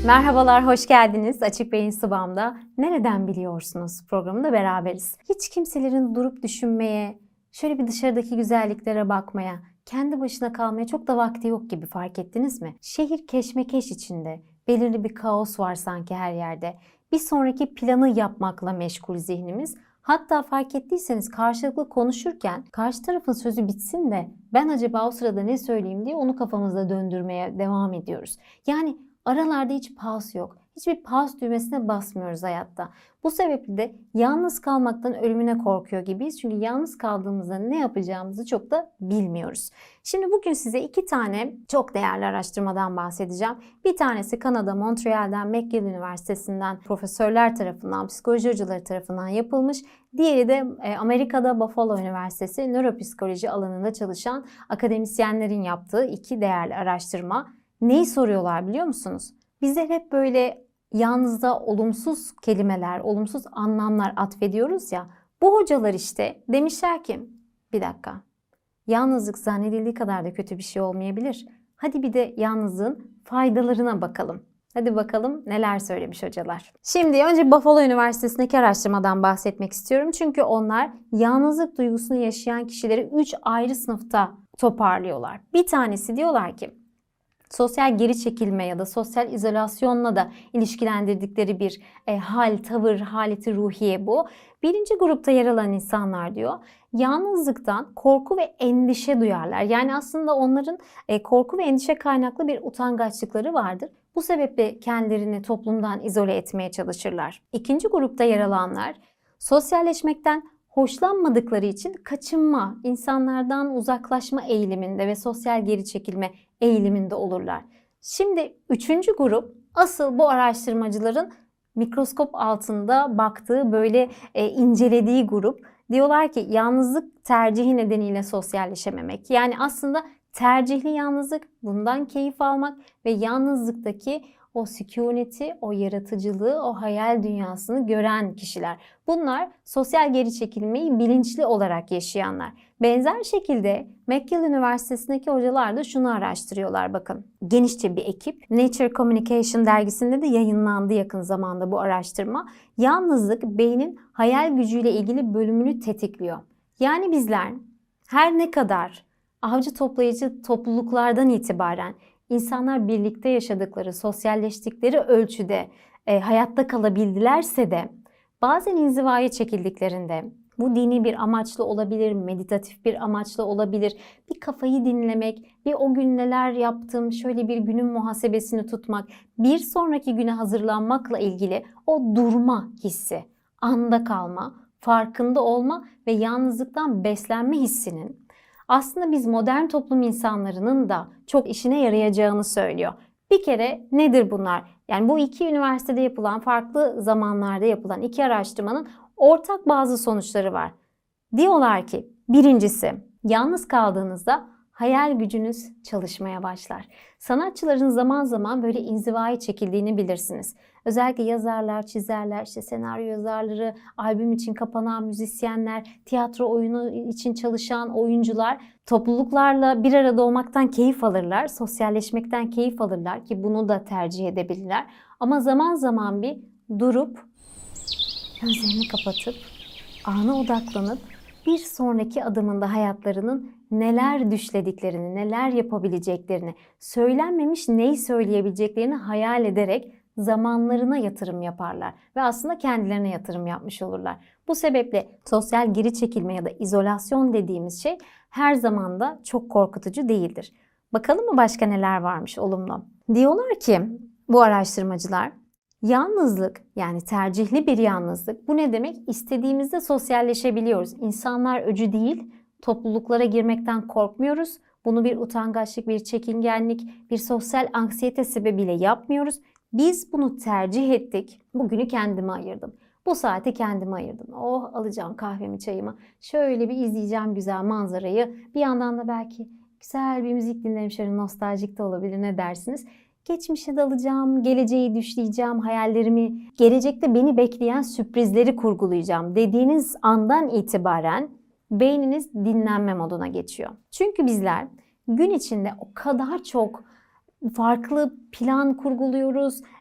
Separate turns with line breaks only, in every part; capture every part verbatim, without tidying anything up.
Merhabalar, hoş geldiniz. Açık Beyin Sıvam'da Nereden Biliyorsunuz programında beraberiz. Hiç kimselerin durup düşünmeye, şöyle bir dışarıdaki güzelliklere bakmaya, kendi başına kalmaya çok da vakti yok gibi, fark ettiniz mi? Şehir keşmekeş içinde, belirli bir kaos var sanki her yerde. Bir sonraki planı yapmakla meşgul zihnimiz. Hatta fark ettiyseniz karşılıklı konuşurken karşı tarafın sözü bitsin de ben acaba o sırada ne söyleyeyim diye onu kafamızda döndürmeye devam ediyoruz. Yani aralarda hiç pause yok. Hiçbir pause düğmesine basmıyoruz hayatta. Bu sebeple de yalnız kalmaktan ölümüne korkuyor gibiyiz. Çünkü yalnız kaldığımızda ne yapacağımızı çok da bilmiyoruz. Şimdi bugün size iki tane çok değerli araştırmadan bahsedeceğim. Bir tanesi Kanada, Montreal'den, McGill Üniversitesi'nden profesörler tarafından, psikoloji hocaları tarafından yapılmış. Diğeri de Amerika'da Buffalo Üniversitesi nöropsikoloji alanında çalışan akademisyenlerin yaptığı iki değerli araştırma. Neyi soruyorlar biliyor musunuz? Bizler hep böyle yalnızda olumsuz kelimeler, olumsuz anlamlar atfediyoruz ya. Bu hocalar işte demişler ki, bir dakika, yalnızlık zannedildiği kadar da kötü bir şey olmayabilir. Hadi bir de yalnızlığın faydalarına bakalım. Hadi bakalım neler söylemiş hocalar. Şimdi önce Buffalo Üniversitesi'ndeki araştırmadan bahsetmek istiyorum. Çünkü onlar yalnızlık duygusunu yaşayan kişileri üç ayrı sınıfta toparlıyorlar. Bir tanesi diyorlar ki, sosyal geri çekilme ya da sosyal izolasyonla da ilişkilendirdikleri bir e, hal, tavır, haleti ruhiye bu. Birinci grupta yer alan insanlar diyor, yalnızlıktan korku ve endişe duyarlar. Yani aslında onların e, korku ve endişe kaynaklı bir utangaçlıkları vardır. Bu sebeple kendilerini toplumdan izole etmeye çalışırlar. İkinci grupta yer alanlar sosyalleşmekten hoşlanmadıkları için kaçınma, insanlardan uzaklaşma eğiliminde ve sosyal geri çekilme eğiliminde olurlar. Şimdi üçüncü grup asıl bu araştırmacıların mikroskop altında baktığı, böyle e, incelediği grup. Diyorlar ki yalnızlık tercihi nedeniyle sosyalleşememek. Yani aslında tercihli yalnızlık, bundan keyif almak ve yalnızlıktaki o sükuneti, o yaratıcılığı, o hayal dünyasını gören kişiler. Bunlar sosyal geri çekilmeyi bilinçli olarak yaşayanlar. Benzer şekilde McGill Üniversitesi'ndeki hocalar da şunu araştırıyorlar bakın. Genişçe bir ekip. Nature Communication dergisinde de yayınlandı yakın zamanda bu araştırma. Yalnızlık beynin hayal gücüyle ilgili bölümünü tetikliyor. Yani bizler her ne kadar avcı toplayıcı topluluklardan itibaren İnsanlar birlikte yaşadıkları, sosyalleştikleri ölçüde e, hayatta kalabildilerse de bazen inzivaya çekildiklerinde, bu dini bir amaçla olabilir, meditatif bir amaçla olabilir, bir kafayı dinlemek, bir o gün neler yaptım, şöyle bir günün muhasebesini tutmak, bir sonraki güne hazırlanmakla ilgili o durma hissi, anda kalma, farkında olma ve yalnızlıktan beslenme hissinin aslında biz modern toplum insanlarının da çok işine yarayacağını söylüyor. Bir kere nedir bunlar? Yani bu iki üniversitede yapılan, farklı zamanlarda yapılan iki araştırmanın ortak bazı sonuçları var. Diyorlar ki birincisi, yalnız kaldığınızda hayal gücünüz çalışmaya başlar. Sanatçıların zaman zaman böyle inzivaya çekildiğini bilirsiniz. Özellikle yazarlar, çizerler, işte senaryo yazarları, albüm için kapanan müzisyenler, tiyatro oyunu için çalışan oyuncular topluluklarla bir arada olmaktan keyif alırlar, sosyalleşmekten keyif alırlar ki bunu da tercih edebilirler. Ama zaman zaman bir durup, gözlerini kapatıp, ana odaklanıp bir sonraki adımında hayatlarının neler düşlediklerini, neler yapabileceklerini, söylenmemiş neyi söyleyebileceklerini hayal ederek zamanlarına yatırım yaparlar ve aslında kendilerine yatırım yapmış olurlar. Bu sebeple sosyal geri çekilme ya da izolasyon dediğimiz şey her zaman da çok korkutucu değildir. Bakalım mı başka neler varmış olumlu? Diyorlar ki bu araştırmacılar, yalnızlık, yani tercihli bir yalnızlık. Bu ne demek? İstediğimizde sosyalleşebiliyoruz. İnsanlar öcü değil, topluluklara girmekten korkmuyoruz. Bunu bir utangaçlık, bir çekingenlik, bir sosyal anksiyete sebebiyle yapmıyoruz. Biz bunu tercih ettik. Bugünü kendime ayırdım. Bu saati kendime ayırdım. Oh, alacağım kahvemi, çayımı. Şöyle bir izleyeceğim güzel manzarayı. Bir yandan da belki güzel bir müzik dinlerim. Şöyle nostaljik de olabilir, ne dersiniz? Geçmişe dalacağım, geleceği düşleyeceğim, hayallerimi, gelecekte beni bekleyen sürprizleri kurgulayacağım dediğiniz andan itibaren beyniniz dinlenme moduna geçiyor. Çünkü bizler gün içinde o kadar çok farklı plan kurguluyoruz,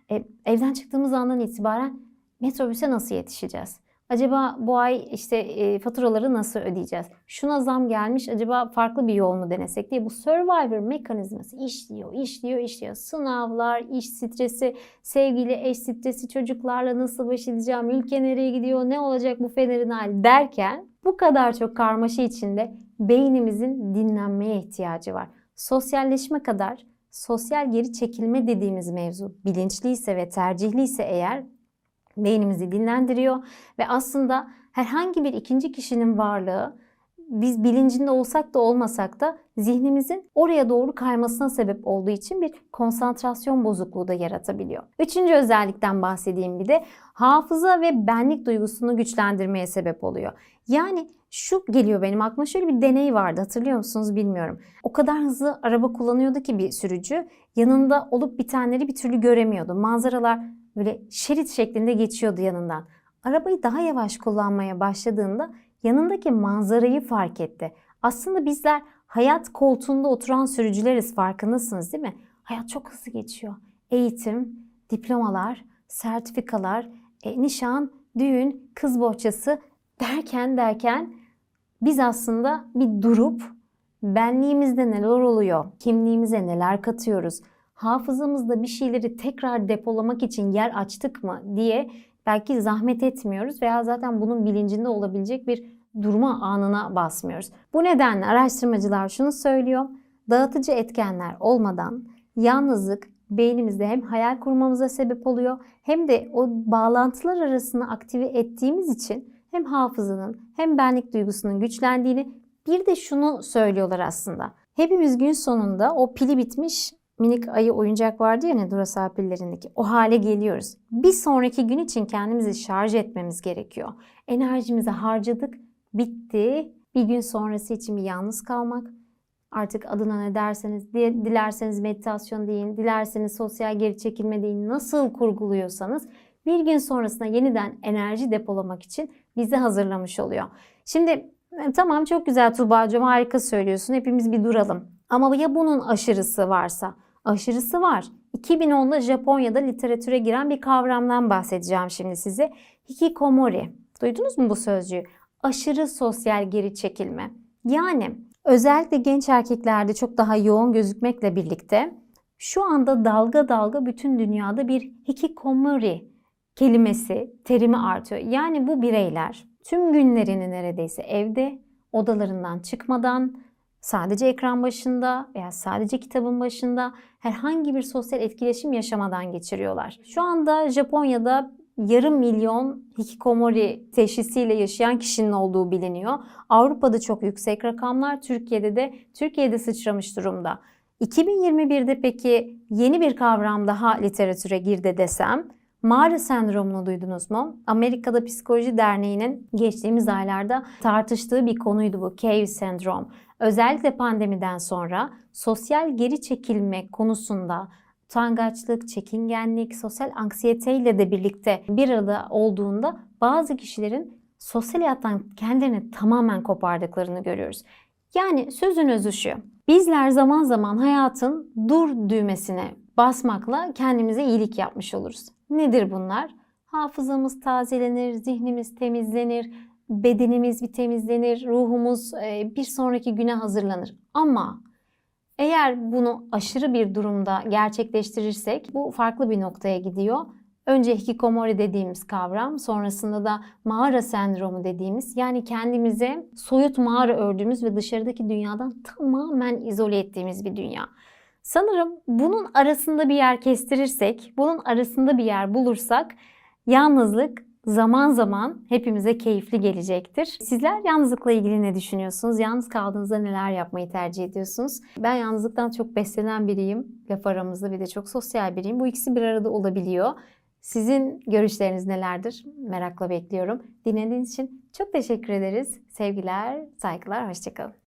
E, evden çıktığımız andan itibaren metrobüse nasıl yetişeceğiz? Acaba bu ay işte e, faturaları nasıl ödeyeceğiz? Şuna zam gelmiş, acaba farklı bir yol mu denesek diye bu Survivor mekanizması işliyor, işliyor, işliyor. Sınavlar, iş stresi, sevgili eş stresi, çocuklarla nasıl baş edeceğim, ülke nereye gidiyor, ne olacak bu fenerin hali derken bu kadar çok karmaşa içinde beynimizin dinlenmeye ihtiyacı var. Sosyalleşme kadar sosyal geri çekilme dediğimiz mevzu bilinçliyse ve tercihliyse eğer beynimizi dinlendiriyor ve aslında herhangi bir ikinci kişinin varlığı biz bilincinde olsak da olmasak da zihnimizin oraya doğru kaymasına sebep olduğu için bir konsantrasyon bozukluğu da yaratabiliyor. Üçüncü özellikten bahsedeyim bir de hafıza ve benlik duygusunu güçlendirmeye sebep oluyor. Yani şu geliyor benim aklıma, şöyle bir deney vardı, hatırlıyor musunuz bilmiyorum. O kadar hızlı araba kullanıyordu ki bir sürücü yanında olup bitenleri bir türlü göremiyordu. Manzaralar böyle şerit şeklinde geçiyordu yanından. Arabayı daha yavaş kullanmaya başladığında yanındaki manzarayı fark etti. Aslında bizler hayat koltuğunda oturan sürücüleriz, farkındasınız değil mi? Hayat çok hızlı geçiyor. Eğitim, diplomalar, sertifikalar, e, nişan, düğün, kız bohçası derken derken biz aslında bir durup benliğimizde neler oluyor, kimliğimize neler katıyoruz, hafızamızda bir şeyleri tekrar depolamak için yer açtık mı diye belki zahmet etmiyoruz veya zaten bunun bilincinde olabilecek bir durma anına basmıyoruz. Bu nedenle araştırmacılar şunu söylüyor: dağıtıcı etkenler olmadan yalnızlık beynimizde hem hayal kurmamıza sebep oluyor hem de o bağlantılar arasını aktive ettiğimiz için hem hafızanın hem benlik duygusunun güçlendiğini, bir de şunu söylüyorlar aslında. Hepimiz gün sonunda o pili bitmiş minik ayı oyuncak vardı ya ne Duracell pillerindeki, o hale geliyoruz. Bir sonraki gün için kendimizi şarj etmemiz gerekiyor. Enerjimizi harcadık, bitti. Bir gün sonrası için bir yalnız kalmak. Artık adına ne derseniz, dilerseniz meditasyon deyin, dilerseniz sosyal geri çekilme deyin, nasıl kurguluyorsanız bir gün sonrasında yeniden enerji depolamak için bizi hazırlamış oluyor. Şimdi tamam, çok güzel Tuğba'cığım, harika söylüyorsun, hepimiz bir duralım. Ama ya bunun aşırısı varsa? Aşırısı var. iki bin onda Japonya'da literatüre giren bir kavramdan bahsedeceğim şimdi size. Hikikomori. Duydunuz mu bu sözcüğü? Aşırı sosyal geri çekilme. Yani özellikle genç erkeklerde çok daha yoğun gözükmekle birlikte şu anda dalga dalga bütün dünyada bir hikikomori kelimesi, terimi artıyor. Yani bu bireyler tüm günlerini neredeyse evde, odalarından çıkmadan, sadece ekran başında veya sadece kitabın başında herhangi bir sosyal etkileşim yaşamadan geçiriyorlar. Şu anda Japonya'da yarım milyon hikikomori teşhisiyle yaşayan kişinin olduğu biliniyor. Avrupa'da çok yüksek rakamlar, Türkiye'de de Türkiye'de sıçramış durumda. iki bin yirmi birde peki yeni bir kavram daha literatüre girdi desem, mağara sendromunu duydunuz mu? Amerika'da Psikoloji Derneği'nin geçtiğimiz aylarda tartıştığı bir konuydu bu cave sendrom. Özellikle pandemiden sonra sosyal geri çekilme konusunda utangaçlık, çekingenlik, sosyal anksiyeteyle de birlikte bir arada olduğunda bazı kişilerin sosyal hayattan kendilerini tamamen kopardıklarını görüyoruz. Yani sözün özü şu: bizler zaman zaman hayatın dur düğmesine basmakla kendimize iyilik yapmış oluruz. Nedir bunlar? Hafızamız tazelenir, zihnimiz temizlenir, bedenimiz bir temizlenir, ruhumuz bir sonraki güne hazırlanır. Ama eğer bunu aşırı bir durumda gerçekleştirirsek bu farklı bir noktaya gidiyor. Önce hikikomori dediğimiz kavram, sonrasında da mağara sendromu dediğimiz, yani kendimize soyut mağara ördüğümüz ve dışarıdaki dünyadan tamamen izole ettiğimiz bir dünya. Sanırım bunun arasında bir yer kestirirsek, bunun arasında bir yer bulursak yalnızlık zaman zaman hepimize keyifli gelecektir. Sizler yalnızlıkla ilgili ne düşünüyorsunuz? Yalnız kaldığınızda neler yapmayı tercih ediyorsunuz? Ben yalnızlıktan çok beslenen biriyim. Laf aramızda, bir de çok sosyal biriyim. Bu ikisi bir arada olabiliyor. Sizin görüşleriniz nelerdir? Merakla bekliyorum. Dinlediğiniz için çok teşekkür ederiz. Sevgiler, saygılar, hoşça kalın.